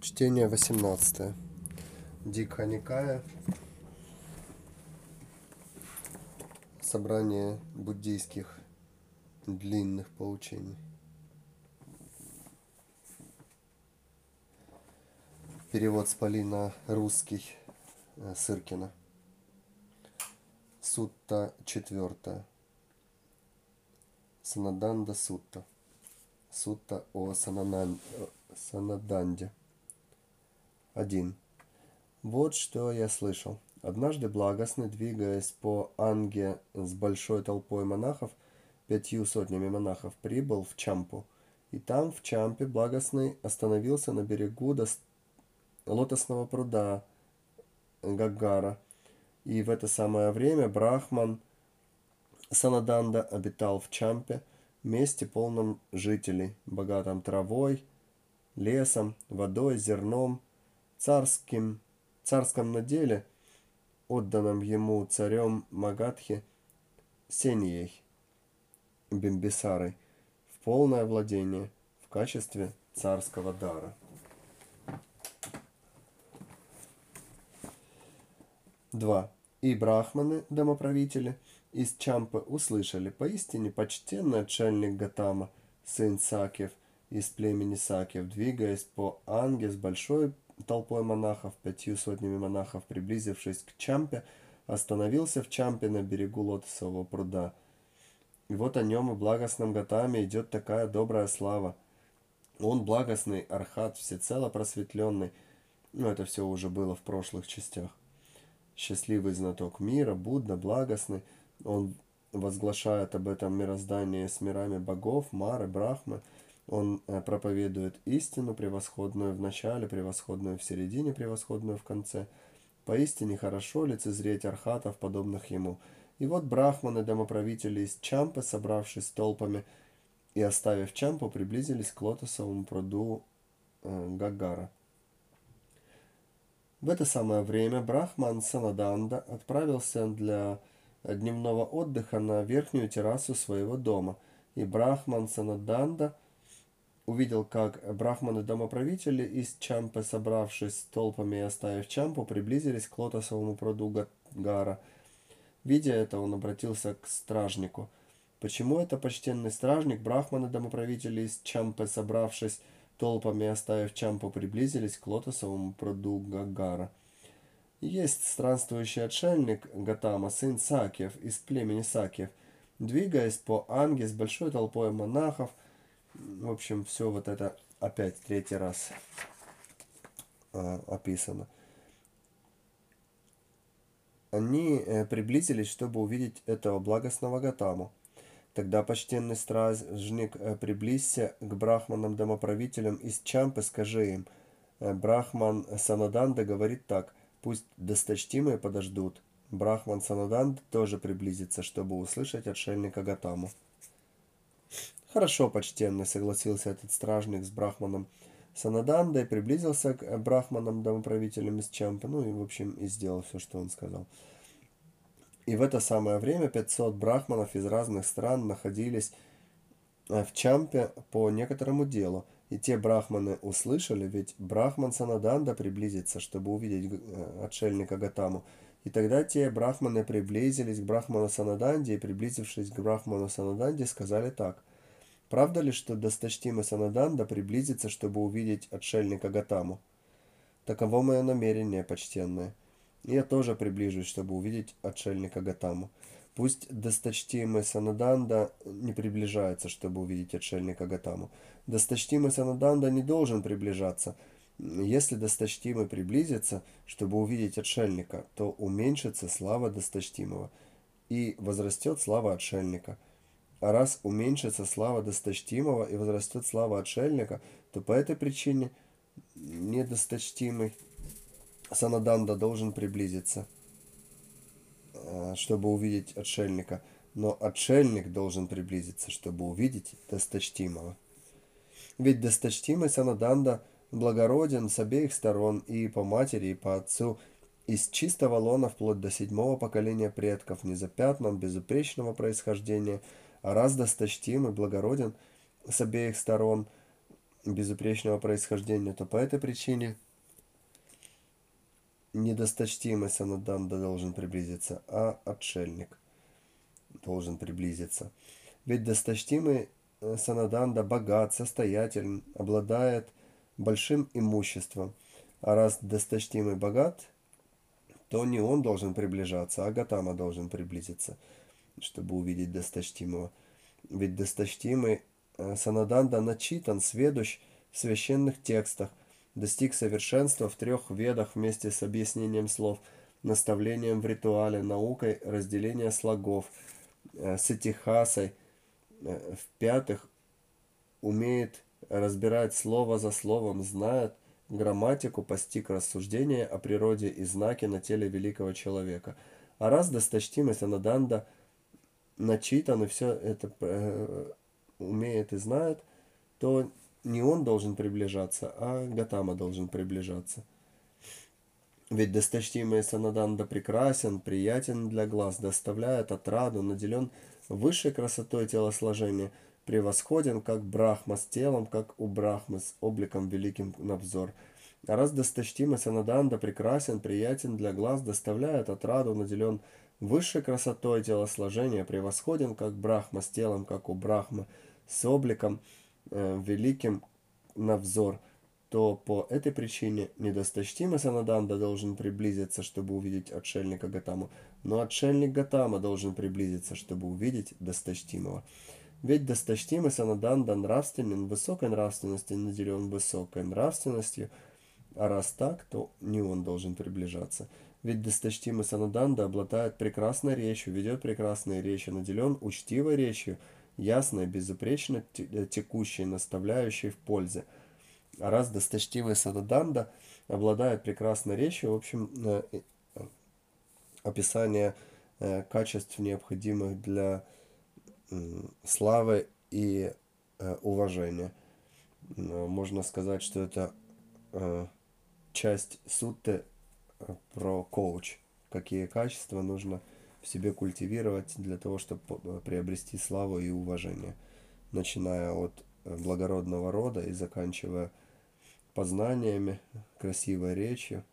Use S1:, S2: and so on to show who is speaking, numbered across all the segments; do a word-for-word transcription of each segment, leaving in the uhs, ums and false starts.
S1: Чтение восемнадцатое. Дикха Никая. Собрание буддийских длинных поучений. Перевод с пали на русский Сыркина. Сутта четвертая. Санаданда сутта. Сутта о Сананан... Санаданде. один. Вот что я слышал. Однажды благостный, двигаясь по Анге с большой толпой монахов, пятью сотнями монахов, прибыл в Чампу. И там, в Чампе, благостный остановился на берегу до лотосного пруда Гаггара. И в это самое время Брахман Санаданда обитал в Чампе, месте полном жителей, богатом травой, лесом, водой, зерном, царским, царском наделе, отданном ему царем Магадхи Сеньей Бимбисарой, в полное владение в качестве царского дара. два. И брахманы, домоправители, из Чампы услышали: поистине почтенный отшельник Гатама, сын Сакьев, из племени Сакьев, двигаясь по Анге с большой толпой монахов, пятью сотнями монахов, приблизившись к Чампе, остановился в Чампе на берегу лотосового пруда. И вот о нем и благостном Гатаме идет такая добрая слава. Он благостный архат, всецело просветленный. Ну, это все уже было в прошлых частях. Счастливый знаток мира, Будда, благостный. Он возглашает об этом мироздании с мирами богов, Мары, Брахмы. Он проповедует истину, превосходную в начале, превосходную в середине, превосходную в конце. Поистине хорошо лицезреть архатов, подобных ему. И вот брахманы, домоправители из Чампы, собравшись толпами и оставив Чампу, приблизились к лотосовому пруду э, Гаггара. В это самое время Брахман Санаданда отправился для дневного отдыха на верхнюю террасу своего дома. И Брахман Санаданда увидел, как брахманы-домоправители из Чампы, собравшись толпами и оставив Чампу, приблизились к лотосовому пруду Гаггара. Видя это, он обратился к стражнику. Почему это почтенный стражник, брахманы-домоправители из Чампы, собравшись толпами и оставив Чампу, приблизились к лотосовому пруду Гаггара? Есть странствующий отшельник Гатама, сын Сакьев, из племени Сакьев, двигаясь по Анге с большой толпой монахов. В общем, все вот это опять третий раз э, описано. Они э, приблизились, чтобы увидеть этого благостного Гатаму. Тогда почтенный стражник: приблизься к брахманам-домоправителям из Чампы, скажи им: Брахман Санаданда говорит так, пусть досточтимые подождут. Брахман Санаданда тоже приблизится, чтобы услышать отшельника Гатаму. Хорошо, почтенный, согласился этот стражник с брахманом Санадандой, приблизился к брахманам-домоправителям из Чампы, ну и, в общем, и сделал все, что он сказал. И в это самое время пятьсот брахманов из разных стран находились в Чампе по некоторому делу. И те брахманы услышали, ведь брахман Санаданда приблизится, чтобы увидеть отшельника Гатаму. И тогда те брахманы приблизились к брахману Санаданде и, приблизившись к брахману Санаданде, сказали так: правда ли, что досточтимый Санаданда приблизится, чтобы увидеть отшельника Гатаму? Таково мое намерение, почтенное. Я тоже приближусь, чтобы увидеть отшельника Гатаму. Пусть досточтимый Санаданда не приближается, чтобы увидеть отшельника Гатаму. Досточтимый Санаданда не должен приближаться. Если досточтимый приблизится, чтобы увидеть отшельника, то уменьшится слава досточтимого и возрастет слава отшельника. А раз уменьшится слава досточтимого и возрастет слава отшельника, то по этой причине недосточтимый Санаданда должен приблизиться, чтобы увидеть отшельника, но отшельник должен приблизиться, чтобы увидеть досточтимого. Ведь досточтимый Санаданда благороден с обеих сторон, и по матери, и по отцу, из чистого лона вплоть до седьмого поколения предков, незапятнан, безупречного происхождения. А раз досточтимый благороден с обеих сторон, безупречного происхождения, то по этой причине не досточтимый Санаданда должен приблизиться, а отшельник должен приблизиться. Ведь досточтимый Санаданда богат, состоятелен, обладает большим имуществом. А раз досточтимый богат, то не он должен приближаться, а Гатама должен приблизиться, чтобы увидеть досточтимого. Ведь досточтимый Санаданда начитан, сведущ в священных текстах, достиг совершенства в трех ведах вместе с объяснением слов, наставлением в ритуале, наукой разделения слогов, с итихасой. В-пятых, умеет разбирать слово за словом, знает грамматику, постиг рассуждения о природе и знаки на теле великого человека. А раз досточтимый Санаданда начитан и все это э, умеет и знает, то не он должен приближаться, а Гатама должен приближаться. Ведь досточтимый Санаданда прекрасен, приятен для глаз, доставляет отраду, наделен высшей красотой телосложения, превосходен, как Брахма, с телом, как у Брахмы, с обликом великим на взор. А раз досточтимый Санаданда прекрасен, приятен для глаз, доставляет отраду, наделен высшей красотой телосложения, превосходен, как Брахма, с телом, как у Брахмы, с обликом э, великим на взор, то по этой причине недосточтимый Санаданда должен приблизиться, чтобы увидеть отшельника Гатаму, но отшельник Гатама должен приблизиться, чтобы увидеть досточтимого. Ведь досточтимый Санаданда нравственен, высокой нравственностью наделен высокой нравственностью, а раз так, то не он должен приближаться. Ведь досточтимый Санаданда обладает прекрасной речью, ведет прекрасные речи, наделен учтивой речью, ясной, безупречно текущей, наставляющей в пользе. А раз досточтимый Санаданда обладает прекрасной речью, в общем, описание качеств, необходимых для славы и уважения. Можно сказать, что это часть сутты про коуч, какие качества нужно в себе культивировать для того, чтобы приобрести славу и уважение, начиная от благородного рода и заканчивая познаниями, красивой речью,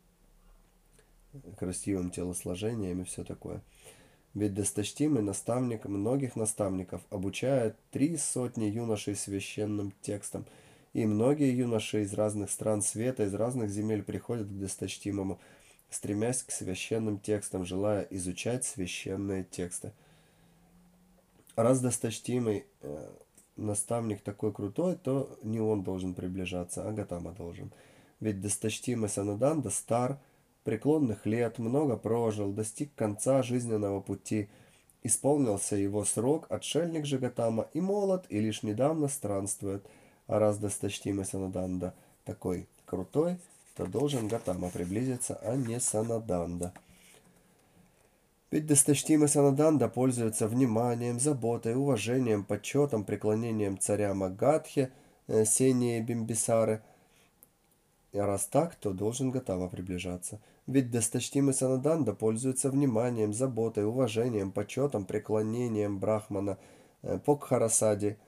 S1: красивым телосложением и все такое. Ведь досточтимый наставник многих наставников обучает три сотни юношей священным текстам, и многие юноши из разных стран света, из разных земель приходят к досточтимому, стремясь к священным текстам, желая изучать священные тексты. Раз досточтимый э, наставник такой крутой, то не он должен приближаться, а Гатама должен. Ведь досточтимый Санаданда стар, преклонных лет, много прожил, достиг конца жизненного пути, исполнился его срок, отшельник же Гатама и молод, и лишь недавно странствует. А раз досточтимый Санаданда такой крутой, то должен Гатама приблизиться, а не Санаданда. Ведь досточтимый Санаданда пользуется вниманием, заботой, уважением, почетом, преклонением царя Магадхи, э, Сении Бимбисары. А раз так, то должен Гатама приближаться. Ведь досточтимый Санаданда пользуется вниманием, заботой, уважением, почетом, преклонением Брахмана, э, Покхарасади.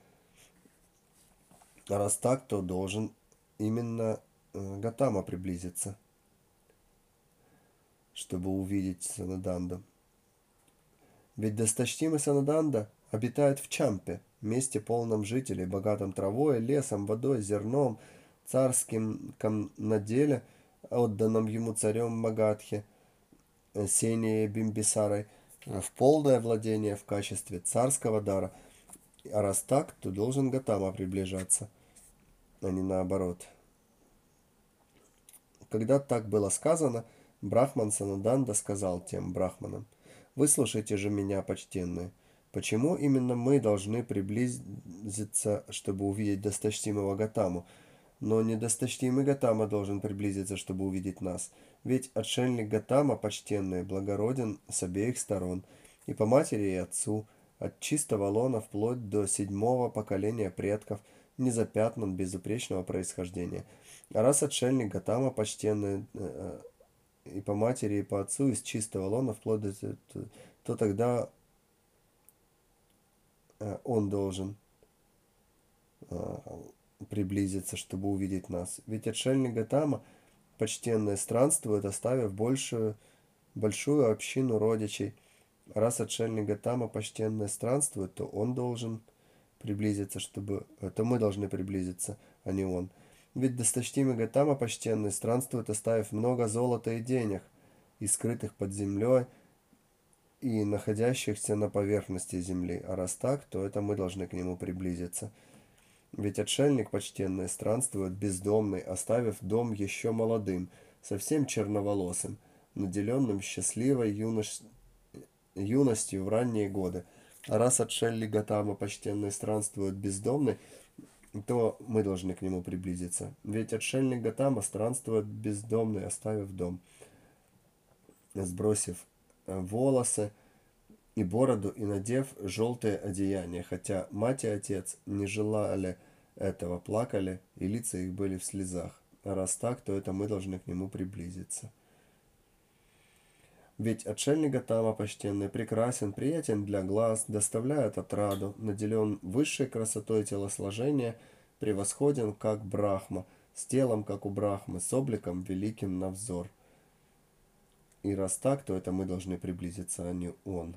S1: А раз так, то должен именно э, Гатама приблизиться, чтобы увидеть Санаданду. Ведь досточтимый Санаданда обитает в Чампе, месте полном жителей, богатом травой, лесом, водой, зерном, царским наделе, отданном ему царем Магадхи, Сенией Бимбисарой, в полное владение в качестве царского дара. А раз так, то должен Гатама приближаться, а не наоборот. Когда так было сказано, Брахман Санаданда сказал тем брахманам: «Выслушайте же меня, почтенные. Почему именно мы должны приблизиться, чтобы увидеть досточтимого Гатаму? Но не досточтимый Гатама должен приблизиться, чтобы увидеть нас. Ведь отшельник Гатама, почтенный, благороден с обеих сторон, и по матери и отцу, от чистого лона вплоть до седьмого поколения предков, не запятнан, безупречного происхождения. А раз отшельник Гатама, почтенный, и по матери, и по отцу, из чистого лона вплоть до... то, то тогда он должен приблизиться, чтобы увидеть нас. Ведь отшельник Гатама, почтенный, странствует, оставив большую, большую общину родичей. Раз отшельник Гатама, почтенный, странствует, то он должен приблизиться, чтобы... То мы должны приблизиться, а не он. Ведь досточтимый Гатама, почтенный, странствует, оставив много золота и денег, и скрытых под землей, и находящихся на поверхности земли. А раз так, то это мы должны к нему приблизиться. Ведь отшельник почтенный странствует бездомный, оставив дом еще молодым, совсем черноволосым, наделенным счастливой юнош... юностью в ранние годы. А раз отшельник Гатама почтенный странствует бездомный, то мы должны к нему приблизиться. Ведь отшельник Гатама странствует бездомный, оставив дом, сбросив волосы и бороду и надев желтое одеяние, хотя мать и отец не желали этого, плакали, и лица их были в слезах. А раз так, то это мы должны к нему приблизиться. Ведь отшельник Гатама почтенный прекрасен, приятен для глаз, доставляет отраду, наделен высшей красотой телосложения, превосходен, как Брахма, с телом, как у Брахмы, с обликом великим на взор. И раз так, то это мы должны приблизиться, а не он.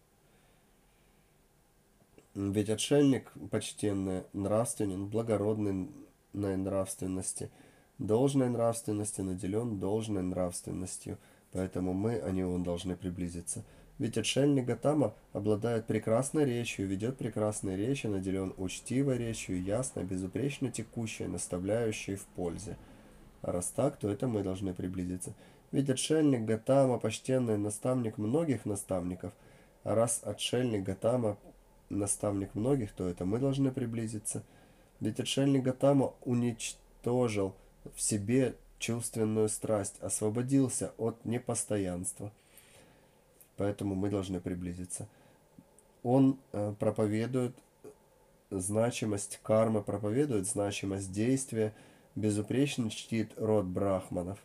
S1: Ведь отшельник почтенный, нравственен, благородный на нравственности, должной нравственности, наделен должной нравственностью, поэтому мы, а не он, должны приблизиться. Ведь отшельник Гатама обладает прекрасной речью, ведет прекрасные речи, наделен учтивой речью, ясной, безупречно текущей, наставляющей в пользе. А раз так, то это мы должны приблизиться. Ведь отшельник Гатама почтенный наставник многих наставников, а раз отшельник Гатама наставник многих, то это мы должны приблизиться. Ведь отшельник Гатама уничтожил в себе чувственную страсть, освободился от непостоянства. Поэтому мы должны приблизиться. Он э, проповедует значимость кармы, проповедует значимость действия, безупречно чтит род брахманов.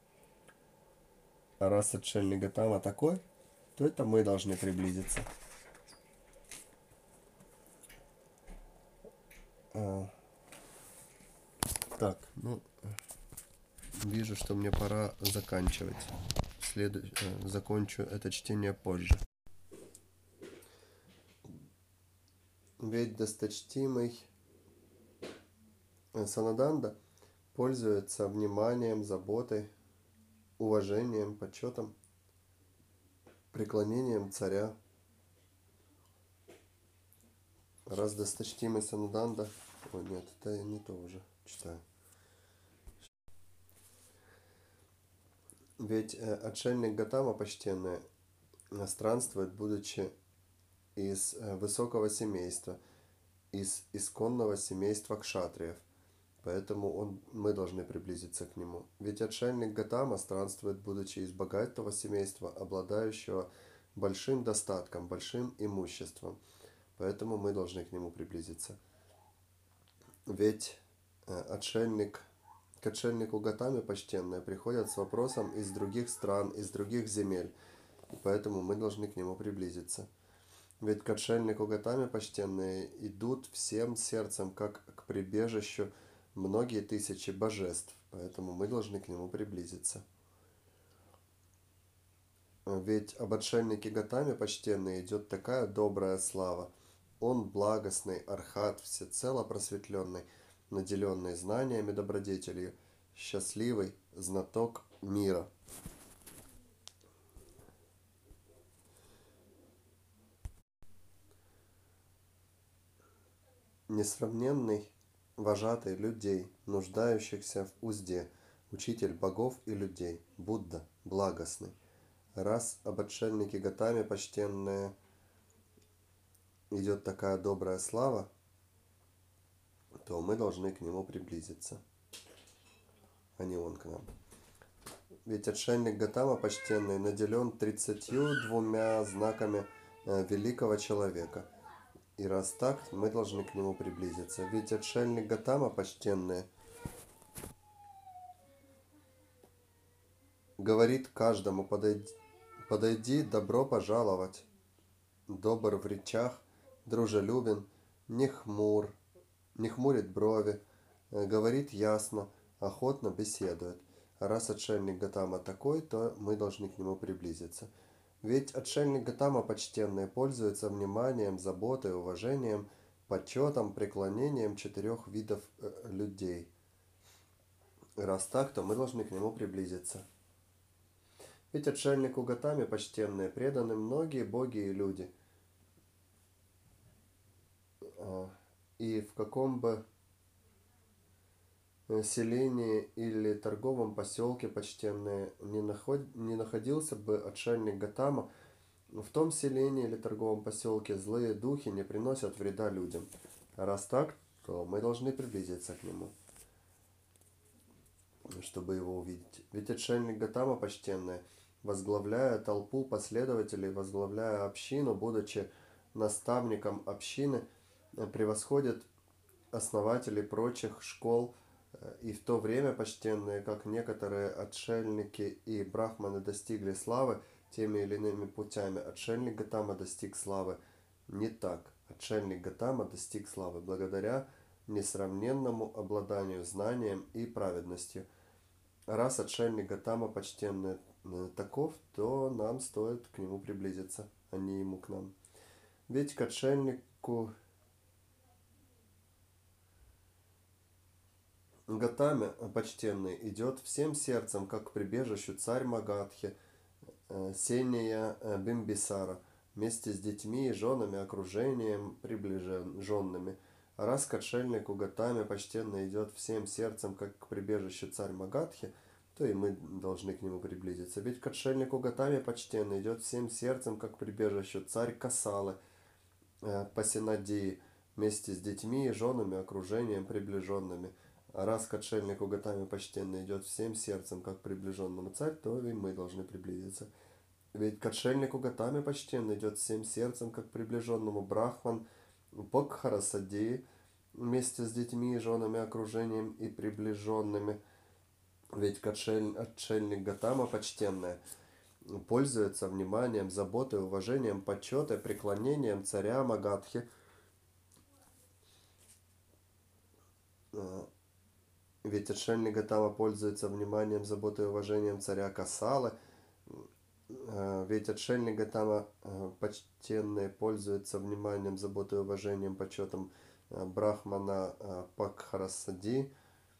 S1: А раз отшельник Гатама такой, то это мы должны приблизиться. А, так, ну, вижу, что мне пора заканчивать. Следу... э, закончу это чтение позже. Ведь досточтимый Санаданда пользуется вниманием, заботой, уважением, почетом, преклонением царя. Раз досточтимый Санаданда... Ой, нет, это я не то уже читаю. Ведь э, отшельник Гатама почтенный странствует, будучи из э, высокого семейства, из исконного семейства кшатриев. Поэтому он, мы должны приблизиться к нему. Ведь отшельник Гатама странствует, будучи из богатого семейства, обладающего большим достатком, большим имуществом. Поэтому мы должны к нему приблизиться. Ведь э, отшельник, к отшельнику Гатаме почтенные приходят с вопросом из других стран, из других земель. И поэтому мы должны к нему приблизиться. Ведь к отшельнику Гатаме почтенные идут всем сердцем, как к прибежищу, многие тысячи божеств, поэтому мы должны к нему приблизиться. Ведь об отшельнике Гатаме почтенный идет такая добрая слава. Он благостный, архат, всецело просветленный, наделенный знаниями добродетелью, счастливый, знаток мира. Несравненный вожатый людей, нуждающихся в узде, учитель богов и людей, Будда, благостный. Раз об отшельнике Гатаме почтенная идет такая добрая слава, то мы должны к нему приблизиться, а не он к нам. Ведь отшельник Гатама почтенный наделен тридцатью двумя знаками великого человека. И раз так, мы должны к нему приблизиться. Ведь отшельник Гатама почтенный говорит каждому: подойди, подойди, добро пожаловать. Добр в речах, дружелюбен, не хмур, не хмурит брови, э, говорит ясно, охотно беседует. А раз отшельник Гатама такой, то мы должны к нему приблизиться. Ведь отшельник Гатама почтенный пользуется вниманием, заботой, уважением, почетом, преклонением четырех видов э, людей. Раз так, то мы должны к нему приблизиться. Ведь отшельнику Гатаме почтенные преданы многие боги и люди. И в каком бы селении или торговом поселке почтенные не, наход... не находился бы отшельник Гатама, в том селении или торговом поселке злые духи не приносят вреда людям. А раз так, то мы должны приблизиться к нему, чтобы его увидеть. Ведь отшельник Гатама почтенный, возглавляя толпу последователей, возглавляя общину, будучи наставником общины, превосходит основателей прочих школ, и в то время почтенные, как некоторые отшельники и брахманы достигли славы теми или иными путями, отшельник Гатама достиг славы не так. Отшельник Гатама достиг славы благодаря несравненному обладанию знанием и праведностью. Раз отшельник Гатама почтенный таков, то нам стоит к нему приблизиться, а не ему к нам. Ведь к отшельнику Гатаме почтенный идет всем сердцем, как к прибежищу царь Магадхи, Сения Бимбисара, вместе с детьми и женами, окружением приближенными. А раз к отшельнику Гатаме почтенный идет всем сердцем, как к прибежищу царь Магадхи, то и мы должны к нему приблизиться. Ведь к отшельнику Гатаме почтенный идет всем сердцем, как к прибежищу царь Касалы, Пасинадии, вместе с детьми и женами, окружением приближенными. А раз к отшельнику Гатаме почтенный идет всем сердцем, как к приближенному царь, то и мы должны приблизиться. Ведь к отшельнику Гатаме почтенный идет всем сердцем, как к приближенному брахман Покхарасади, вместе с детьми и женами, окружением и приближенными. Ведь к отшель... отшельник Гатама почтенный пользуется вниманием, заботой, уважением, почетом, преклонением царя Магадхи. Ведь отшельник Гатама пользуется вниманием, заботой и уважением царя Касалы. Ведь отшельник Гатама почтенный пользуется вниманием, заботой и уважением, почетом брахмана Пакхарасади.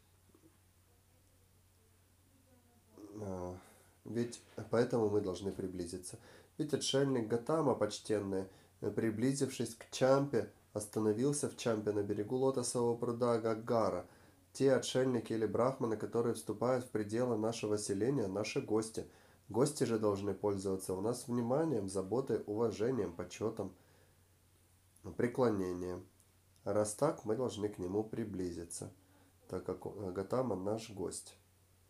S1: Ведь поэтому мы должны приблизиться. Ведь отшельник Гатама почтенный, приблизившись к Чампе, остановился в Чампе на берегу лотосового пруда Гаггара. Те отшельники или брахманы, которые вступают в пределы нашего селения, наши гости. Гости же должны пользоваться у нас вниманием, заботой, уважением, почетом, преклонением. Раз так, мы должны к нему приблизиться, так как Гатама наш гость.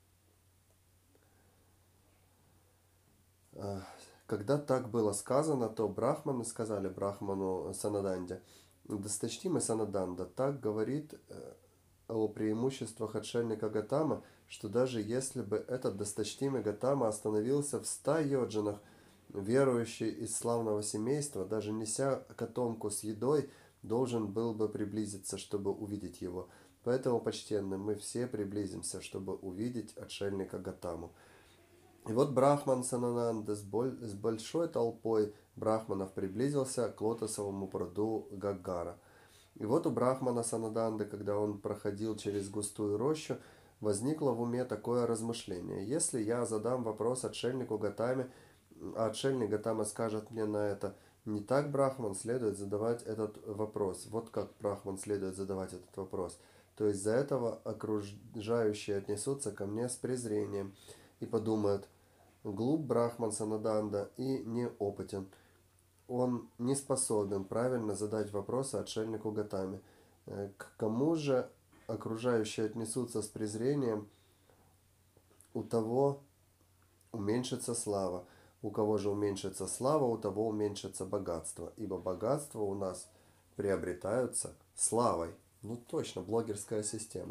S1: Когда так было сказано, то брахманы сказали брахману Санаданде: «Досточтимый Санаданда, так говорит о преимуществах отшельника Гатама, что даже если бы этот досточтимый Гатама остановился в ста йоджинах, верующий из славного семейства, даже неся котомку с едой, должен был бы приблизиться, чтобы увидеть его. Поэтому, почтенные, мы все приблизимся, чтобы увидеть отшельника Гатаму». И вот брахман Санананда с, боль, с большой толпой брахманов приблизился к лотосовому пруду Гаггара. И вот у брахмана Санаданды, когда он проходил через густую рощу, возникло в уме такое размышление: если я задам вопрос отшельнику Гатаме, а отшельник Гатама скажет мне на это: не так, брахман, следует задавать этот вопрос. Вот как брахман следует задавать этот вопрос. То есть за этого окружающие отнесутся ко мне с презрением и подумают: глуп брахман Санаданда и неопытен. Он не способен правильно задать вопросы отшельнику Гатаме. К кому же окружающие отнесутся с презрением, у того уменьшится слава. У кого же уменьшится слава, у того уменьшится богатство. Ибо богатство у нас приобретаются славой. Ну точно, блогерская система.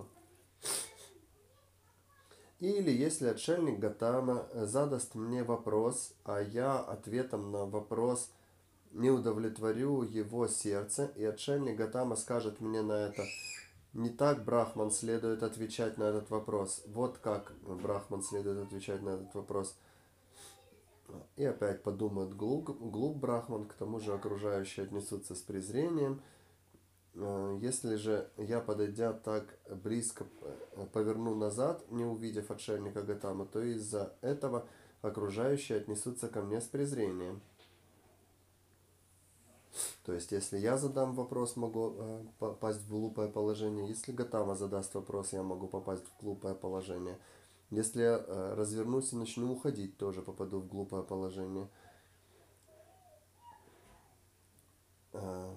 S1: Или если отшельник Гатама задаст мне вопрос, а я ответом на вопрос не удовлетворю его сердце, и отшельник Гатама скажет мне на это: Не так Брахман следует отвечать на этот вопрос. Вот как Брахман следует отвечать на этот вопрос. И опять подумает глуп, глуп Брахман, к тому же окружающие отнесутся с презрением. Если же я, подойдя так близко, поверну назад, не увидев отшельника Гатама, то из-за этого окружающие отнесутся ко мне с презрением. То есть, если я задам вопрос, могу э, попасть в глупое положение. Если Гатама задаст вопрос, я могу попасть в глупое положение. Если я э, развернусь и начну уходить, тоже попаду в глупое положение. Э,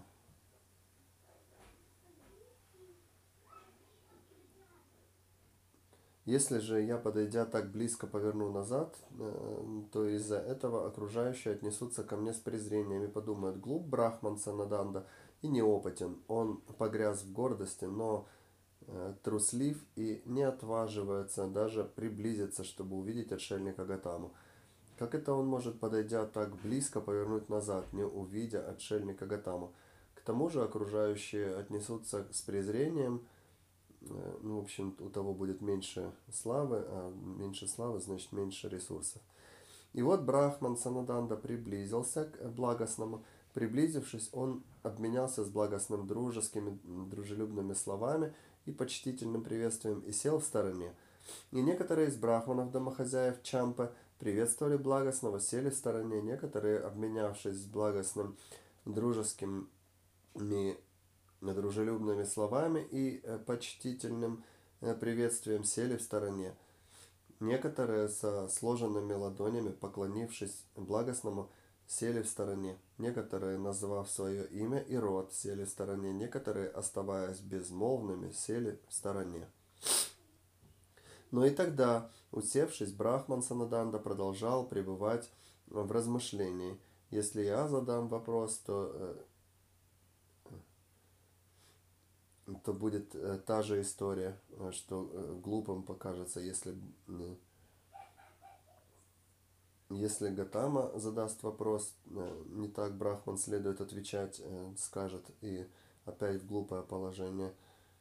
S1: Если же я, подойдя так близко, поверну назад, э, то из-за этого окружающие отнесутся ко мне с презрением и подумают: глуп Брахман Санаданда и неопытен, он погряз в гордости, но э, труслив и не отваживается даже приблизиться, чтобы увидеть отшельника Гатаму. Как это он может, подойдя так близко, повернуть назад, не увидя отшельника Гатаму? К тому же окружающие отнесутся с презрением. Ну, в общем, у того будет меньше славы, а меньше славы, значит, меньше ресурсов. И вот Брахман Санаданда приблизился к благостному. Приблизившись, он обменялся с благостным дружескими, дружелюбными словами и почтительным приветствием и сел в стороне. И некоторые из брахманов-домохозяев Чампы приветствовали благостного, сели в стороне. Некоторые, обменявшись с благостным дружескими дружелюбными словами и почтительным приветствием, сели в стороне. Некоторые со сложенными ладонями, поклонившись благостному, сели в стороне. Некоторые, назвав свое имя и род, сели в стороне. Некоторые, оставаясь безмолвными, сели в стороне. Но и тогда, усевшись, Брахман Санаданда продолжал пребывать в размышлении. Если я задам вопрос, то то будет э, та же история, э, что э, глупым покажется, если, э, если Гатама задаст вопрос, э, не так Брахман следует отвечать, э, скажет, и опять в глупое положение.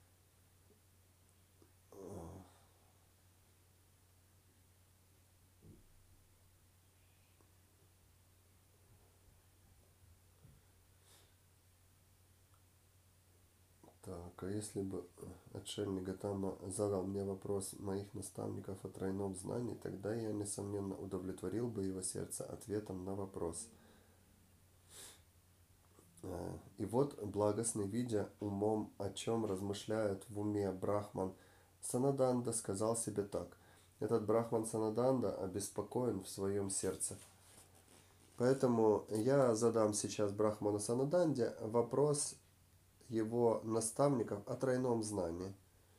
S1: Так, а если бы отшельник Гатама задал мне вопрос моих наставников о тройном знании, тогда я, несомненно, удовлетворил бы его сердце ответом на вопрос. И вот, благостный, видя умом, о чем размышляет в уме Брахман Санаданда, сказал себе так: этот Брахман Санаданда обеспокоен в своем сердце. Поэтому я задам сейчас Брахману Санаданде вопрос его наставников о тройном знании.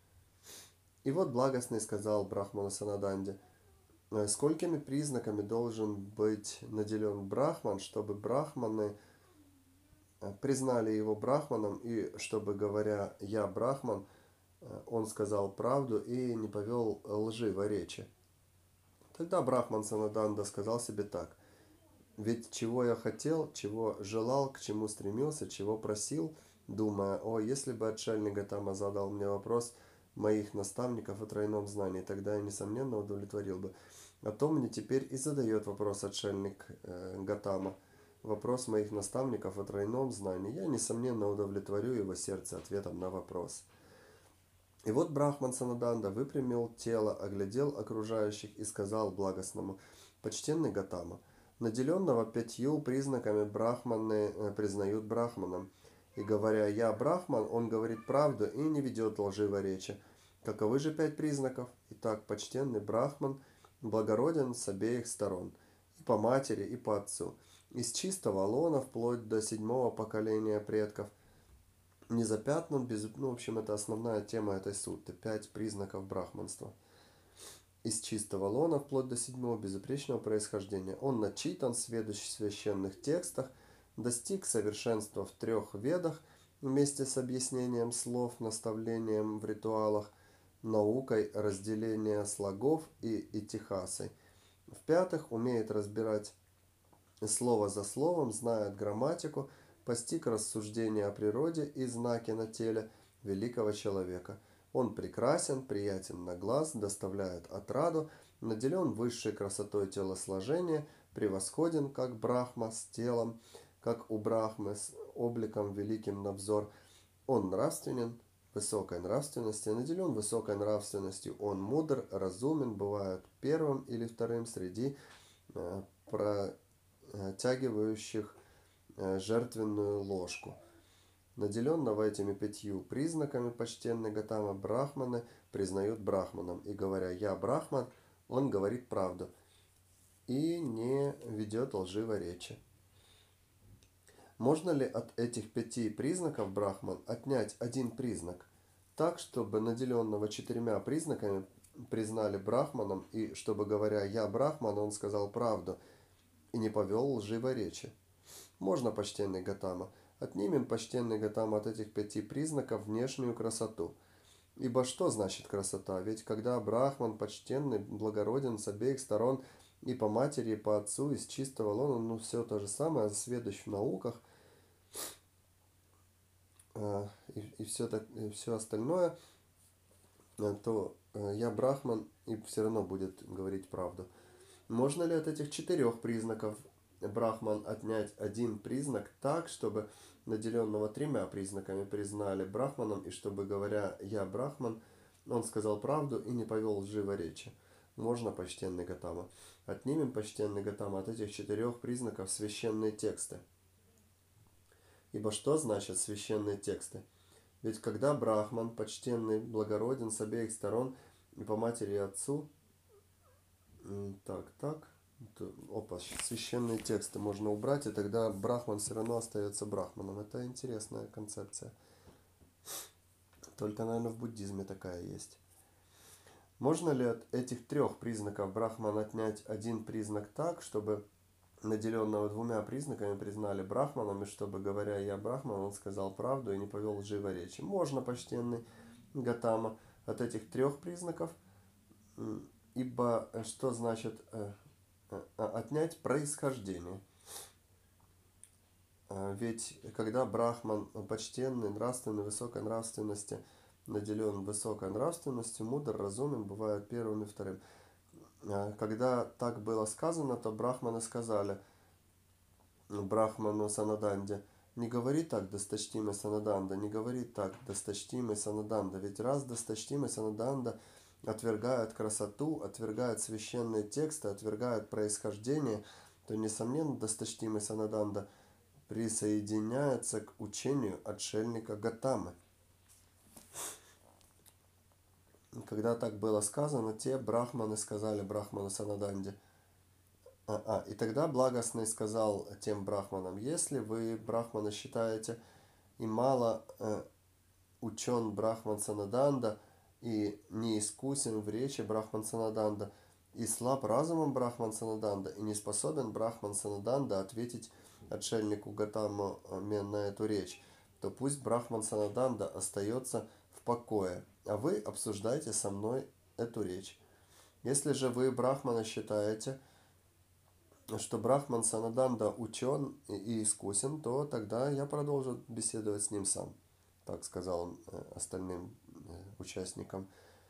S1: И вот благостный сказал Брахману Санаданде: сколькими признаками должен быть наделен Брахман, чтобы брахманы признали его брахманом, и чтобы, говоря «я брахман», он сказал правду и не повел лживой речи. Тогда Брахман Санаданда сказал себе так: ведь чего я хотел, чего желал, к чему стремился, чего просил, думая: о, если бы отшельник Гатама задал мне вопрос моих наставников о тройном знании, тогда я, несомненно, удовлетворил бы. А то мне теперь и задает вопрос отшельник э, Гатама. Вопрос моих наставников о тройном знании. Я, несомненно, удовлетворю его сердце ответом на вопрос. И вот Брахман Санаданда выпрямил тело, оглядел окружающих и сказал благостному: почтенный Гатама, наделенного пятью признаками брахманы признают брахманом. И говоря «я брахман», он говорит правду и не ведет лживой речи. Каковы же пять признаков? Итак, почтенный брахман благороден с обеих сторон, и по матери, и по отцу, из чистого лона вплоть до седьмого поколения предков, незапятнан, без... ну, в общем, это основная тема этой сутты, пять признаков брахманства. Из чистого лона вплоть до седьмого безупречного происхождения. Он начитан, сведущ в священных текстах, достиг совершенства в трех ведах вместе с объяснением слов, наставлением в ритуалах, наукой разделения слогов и итихасой. В-пятых, умеет разбирать слово за словом, знает грамматику, постиг рассуждения о природе и знаки на теле, великого человека. Он прекрасен, приятен на глаз, доставляет отраду, наделен высшей красотой телосложения, превосходен, как Брахма, с телом, как у Брахмы, с обликом великим на взор. Он нравственен, высокой нравственности, наделен высокой нравственностью. Он мудр, разумен, бывает первым или вторым среди э, протягивающих э, жертвенную ложку. Наделенного этими пятью признаками почтенный Гатама Брахманы признают Брахманом. И говоря «Я Брахман», он говорит правду и не ведет лживой речи. Можно ли от этих пяти признаков Брахман отнять один признак, так, чтобы наделенного четырьмя признаками признали Брахманом, и чтобы, говоря «Я Брахман», он сказал правду и не повел лживой речи? Можно, почтенный Гатама. Отнимем, почтенный Гатама, от этих пяти признаков внешнюю красоту. Ибо что значит красота? Ведь когда Брахман почтенный, благороден с обеих сторон, и по матери, и по отцу, из чистого лона, ну все то же самое, сведущ в науках, и, и, все, так, и все остальное, то я Брахман и все равно будет говорить правду. Можно ли от этих четырех признаков Брахман отнять один признак так, чтобы наделенного тремя признаками признали Брахманом, и чтобы, говоря «Я Брахман», он сказал правду и не повел лживой речи? Можно, почтенный Гатама. Отнимем, почтенный Гатама, от этих четырех признаков священные тексты. Ибо что значит священные тексты? Ведь когда Брахман, почтенный, благороден с обеих сторон, и по матери и отцу, так, так, опа, священные тексты можно убрать, и тогда Брахман все равно остается Брахманом. Это интересная концепция. Только, наверное, в буддизме такая есть. Можно ли от этих трех признаков Брахман отнять один признак так, чтобы наделенного двумя признаками признали Брахманом, и чтобы, говоря «Я Брахман», он сказал правду и не повел лживой речи? Можно, почтенный Гатама, от этих трех признаков, ибо что значит отнять происхождение? Ведь когда Брахман почтенный, нравственный, высокой нравственности, наделен высокой нравственностью, мудр, разумен, бывает первым и вторым. Когда так было сказано, то брахманы сказали Брахману Санаданде: не говори так, досточтимый Санаданда, не говори так, досточтимый Санаданда, ведь раз досточтимый Санаданда отвергает красоту, отвергает священные тексты, отвергает происхождение, то, несомненно, досточтимый Санаданда присоединяется к учению отшельника Гатамы. Когда так было сказано, те брахманы сказали Брахману Санаданде. А, а, и тогда благостный сказал тем брахманам: если вы, брахманы, считаете и мало э, учен Брахман Санаданда, и не искусен в речи Брахман Санаданда, и слаб разумом Брахман Санаданда, и не способен Брахман Санаданда ответить отшельнику Гатаме на эту речь, то пусть Брахман Санаданда остается в покое, а вы обсуждайте со мной эту речь. Если же вы, брахманы, считаете, что Брахман Санаданда учен и искусен, то тогда я продолжу беседовать с ним сам. Так сказал он остальным участникам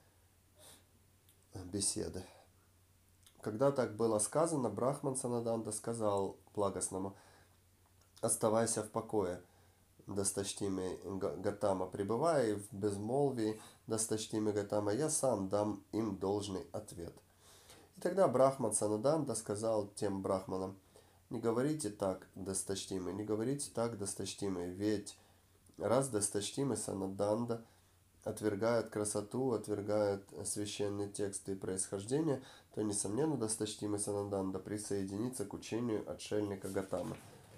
S1: беседы. Когда так было сказано, Брахман Санаданда сказал благостному: оставайся в покое, досточтимый Гатама, пребывая в безмолвии, досточтимый Гатама, я сам дам им должный ответ. И тогда Брахман Санаданда сказал тем брахманам: не говорите так, досточтимый, не говорите так, досточтимый, ведь раз досточтимый Санаданда отвергает красоту, отвергает священные тексты и происхождение, то, несомненно, досточтимый Санаданда присоединится к учению отшельника Гатамы.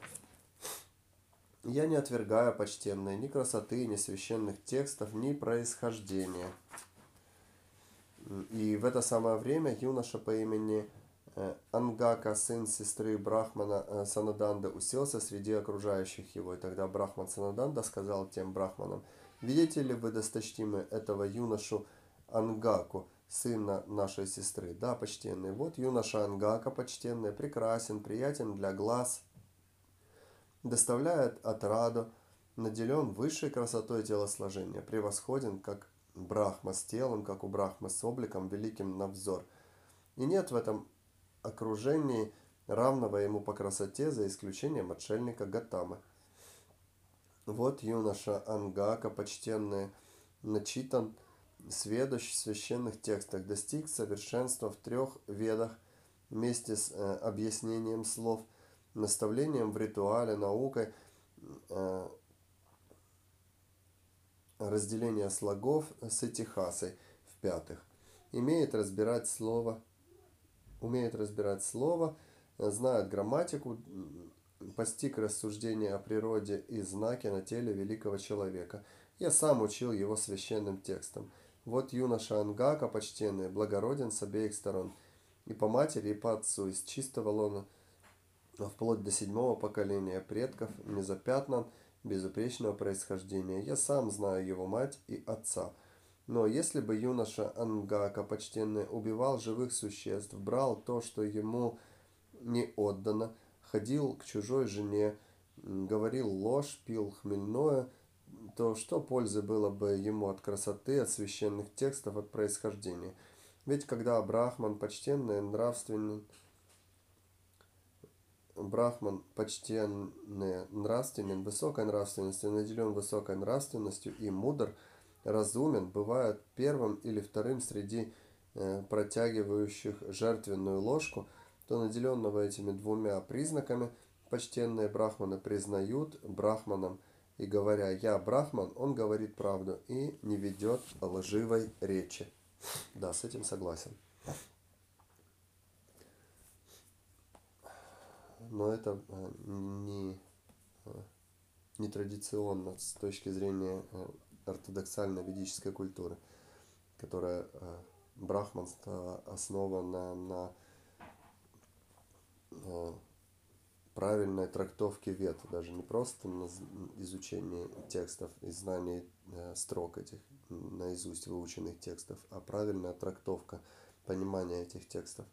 S1: Я не отвергаю, почтенные, ни красоты, ни священных текстов, ни происхождения. И в это самое время юноша по имени Ангака, сын сестры Брахмана Санаданда, уселся среди окружающих его. И тогда Брахман Санаданда сказал тем брахманам: видите ли вы, досточтимые, этого юношу Ангаку, сына нашей сестры? Да, почтенный. Вот юноша Ангака, почтенный, прекрасен, приятен для глаз, доставляет отраду, наделен высшей красотой телосложения, превосходен, как Брахма с телом, как у Брахмы с обликом, великим на взор. И нет в этом окружении равного ему по красоте, за исключением отшельника Гатамы. Вот юноша Ангака, почтенный, начитан, сведущ в священных текстах, достиг совершенства в трех ведах вместе с э, объяснением слов, наставлением в ритуале, наукой, э, разделение слогов с этихасой в-пятых. Имеет разбирать слово, умеет разбирать слово, знает грамматику, постиг рассуждения о природе и знаки на теле великого человека. Я сам учил его священным текстам. Вот юноша Ангака, почтенный, благороден с обеих сторон, и по матери, и по отцу, из чистого лона, вплоть до седьмого поколения предков, незапятнан, безупречного происхождения. Я сам знаю его мать и отца. Но если бы юноша Ангака, почтенный, убивал живых существ, брал то, что ему не отдано, ходил к чужой жене, говорил ложь, пил хмельное, то что пользы было бы ему от красоты, от священных текстов, от происхождения? Ведь когда Брахман, почтенный, нравственный, Брахман, почтенный, нравственен, высокой нравственностью, наделен высокой нравственностью и мудр, разумен, бывает первым или вторым среди э, протягивающих жертвенную ложку, то наделенного этими двумя признаками почтенные брахманы признают брахманом, и говоря «я брахман», он говорит правду и не ведет лживой речи. Да, с этим согласен. Но это не, не традиционно с точки зрения ортодоксальной ведической культуры, которая брахманство основано на правильной трактовке вед, даже не просто на изучении текстов и знании строк этих наизусть выученных текстов, а правильная трактовка, понимание этих текстов.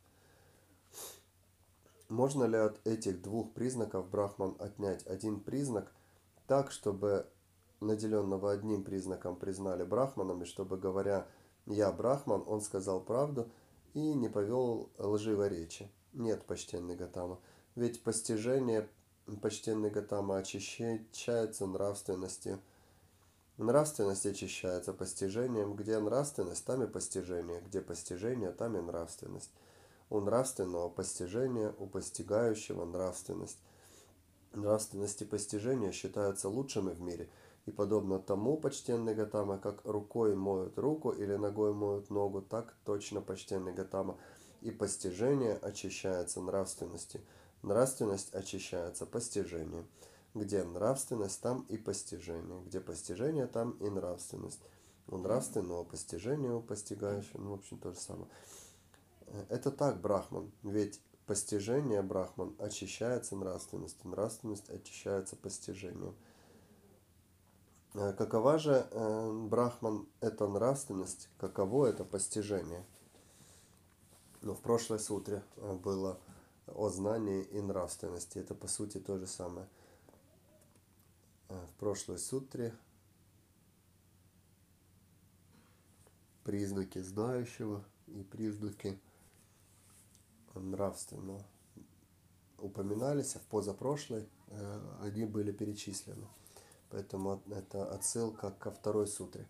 S1: Можно ли от этих двух признаков брахман отнять один признак так, чтобы наделенного одним признаком признали брахманом, и чтобы, говоря «я брахман», он сказал правду и не повел лживой речи? Нет, почтенный Гатама, ведь постижение, почтенный Гатама, очищается нравственностью. Нравственность очищается постижением, где нравственность, там и постижение, где постижение, там и нравственность. У нравственного постижения, у постигающего нравственность. Нравственность и постижение считаются лучшими в мире, и подобно тому, почтенный Гатама, как рукой моют руку или ногой моют ногу, так точно, почтенный Гатама, и постижение очищается нравственностью. Нравственность очищается постижением. Где нравственность, там и постижение. Где постижение, там и нравственность. У нравственного постижения, у постигающего, ну, в общем, то же самое. Это так, брахман, ведь постижение брахман очищается нравственностью, нравственность очищается постижением. Какова же брахман это нравственность, каково это постижение? Ну, в прошлой сутре было о знании и нравственности, это по сути то же самое. В прошлой сутре признаки знающего и признаки нравственного упоминались, а в позапрошлой они были перечислены. Поэтому это отсылка ко второй сутре.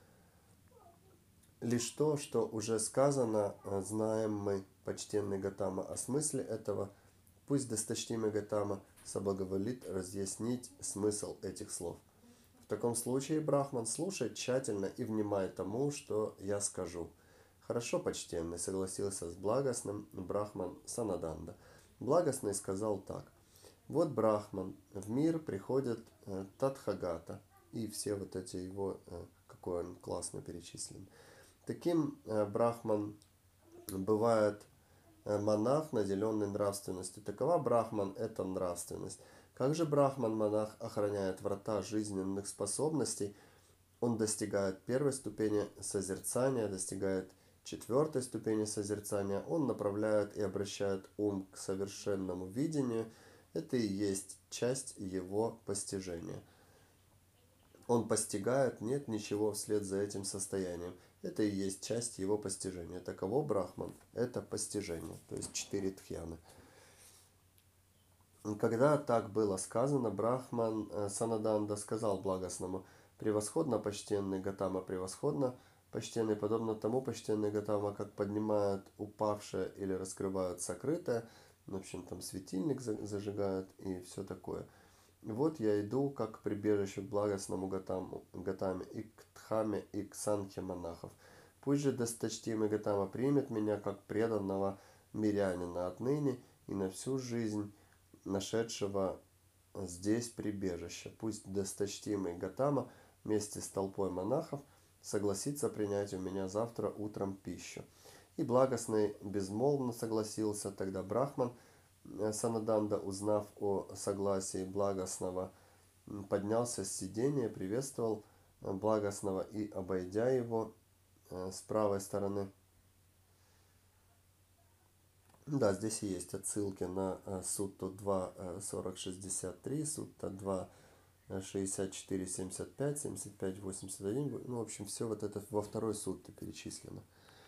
S1: Лишь то, что уже сказано, знаем мы, почтенный Гатама, о смысле этого. Пусть досточтимый Гатама соблаговолит разъяснить смысл этих слов. В таком случае, брахман, слушай тщательно и внимай тому, что я скажу. Хорошо, почтенный, согласился с благостным брахман Санаданда. Благостный сказал так. Вот брахман, в мир приходит э, Тадхагата, и все вот эти его, э, какой он классно перечислен. Таким э, брахман бывает э, монах, наделенный нравственностью. Такова брахман – это нравственность. Как же брахман-монах охраняет врата жизненных способностей? Он достигает первой ступени созерцания, достигает четвертой ступени созерцания. Он направляет и обращает ум к совершенному видению. Это и есть часть его постижения. он постигает, нет ничего вслед за этим состоянием. Это и есть часть его постижения. Таково Брахман. Это постижение. То есть четыре тхьяны. Когда так было сказано, Брахман э, Санаданда сказал благостному: «Превосходно, почтенный Гатама, превосходно, почтенный, подобно тому, почтенный Гатама, как поднимают упавшее или раскрывают сокрытое». В общем, там светильник зажигают и все такое. Вот я иду, как к прибежищу к благостному Гатаму, Гатаме, и к Дхаме, и к Санхе монахов. Пусть же досточтимый Гатама примет меня, как преданного мирянина отныне и на всю жизнь, нашедшего здесь прибежище. Пусть досточтимый Гатама вместе с толпой монахов согласится принять у меня завтра утром пищу. И благостный безмолвно согласился. Тогда Брахман Санаданда, узнав о согласии благостного, поднялся с сидения, приветствовал благостного и, обойдя его с правой стороны. Да, здесь и есть отсылки на сутту два сорок шестьдесят три, сутта два шестьдесят четыре семьдесят пять, семьдесят пять восемьдесят один. Ну, в общем, все вот это во второй сутте перечислено.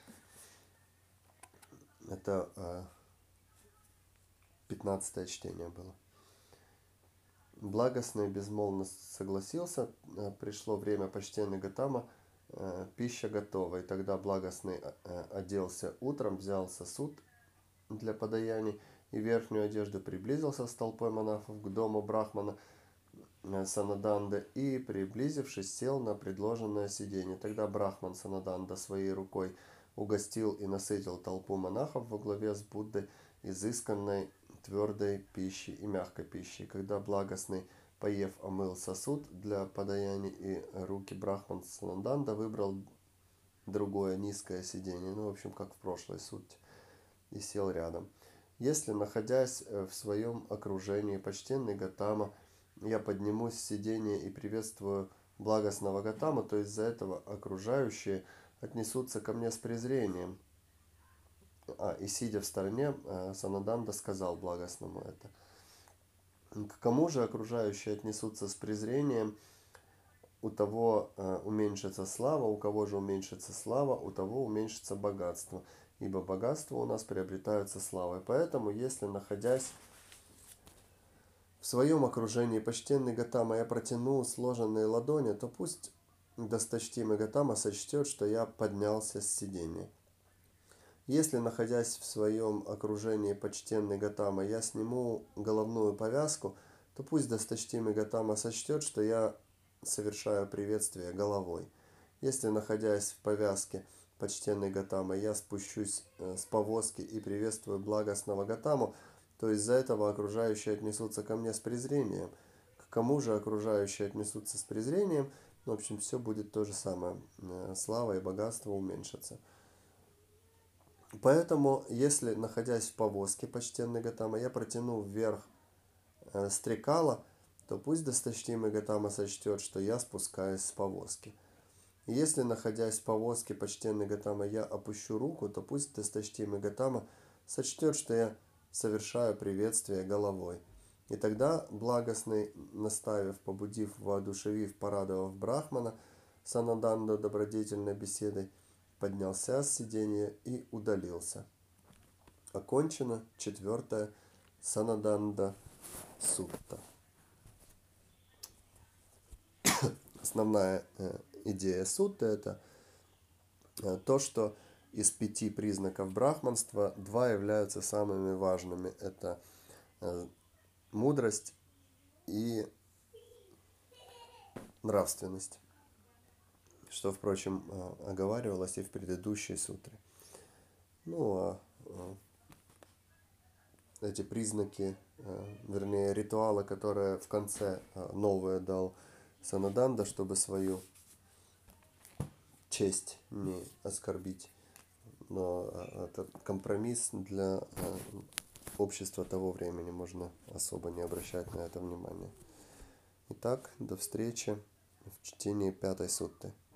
S1: Это пятнадцатое чтение было. Благостный безмолвно согласился. Пришло время, почтенный Гатама, пища готова. И тогда благостный оделся утром, взял сосуд для подаяний и верхнюю одежду, приблизился с толпой монахов к дому Брахмана Санаданды и, приблизившись, сел на предложенное сиденье. Тогда Брахман Санаданда своей рукой угостил и насытил толпу монахов во главе с Буддой изысканной твердой пищи и мягкой пищи. Когда благостный, поев, омыл сосуд для подаяний, и руки Брахман Санаданда выбрал другое низкое сиденье, ну, в общем, как в прошлой сутте, и сел рядом. Если, находясь в своем окружении, почтенный Гатама, я поднимусь с сиденья и приветствую благостного Гатама, то из-за этого окружающие отнесутся ко мне с презрением. А, и сидя в стороне, Санаданда сказал благостному это. К кому же окружающие отнесутся с презрением, у того уменьшится слава, у кого же уменьшится слава, у того уменьшится богатство. Ибо богатство у нас приобретается славой. Поэтому, если, находясь в своем окружении, почтенный Гатама, я протяну сложенные ладони, то пусть досточтимый Гатама сочтет, что я поднялся с сидения. Если, находясь в своем окружении, почтенный Гатама, я сниму головную повязку, то пусть досточтимый Гатама сочтет, что я совершаю приветствие головой. Если, находясь в повязке, почтенный Гатама, я спущусь с повозки и приветствую благостного Гатаму, то из-за этого окружающие отнесутся ко мне с презрением. К кому же окружающие отнесутся с презрением, в общем, все будет то же самое. Слава и богатство уменьшатся. Поэтому, если, находясь в повозке, почтенный Гатама, я протяну вверх стрекала, то пусть досточтимый Гатама сочтет, что я спускаюсь с повозки. Если, находясь в повозке, почтенный Гатама, я опущу руку, то пусть досточтимый Гатама сочтет, что я совершаю приветствие головой. И тогда благостный, наставив, побудив, воодушевив, порадовав Брахмана Санаданду добродетельной беседой, поднялся с сиденья и удалился. Окончено четвертая Санаданда сутта. Основная идея сутты — это то, что из пяти признаков брахманства два являются самыми важными. Это мудрость и нравственность, что, впрочем, оговаривалось и в предыдущей сутре. Ну, а эти признаки, вернее, ритуалы, которые в конце новые дал Санаданда, чтобы свою честь не оскорбить. Но это компромисс для общества того времени, можно особо не обращать на это внимания. Итак, до встречи в чтении пятой сутты.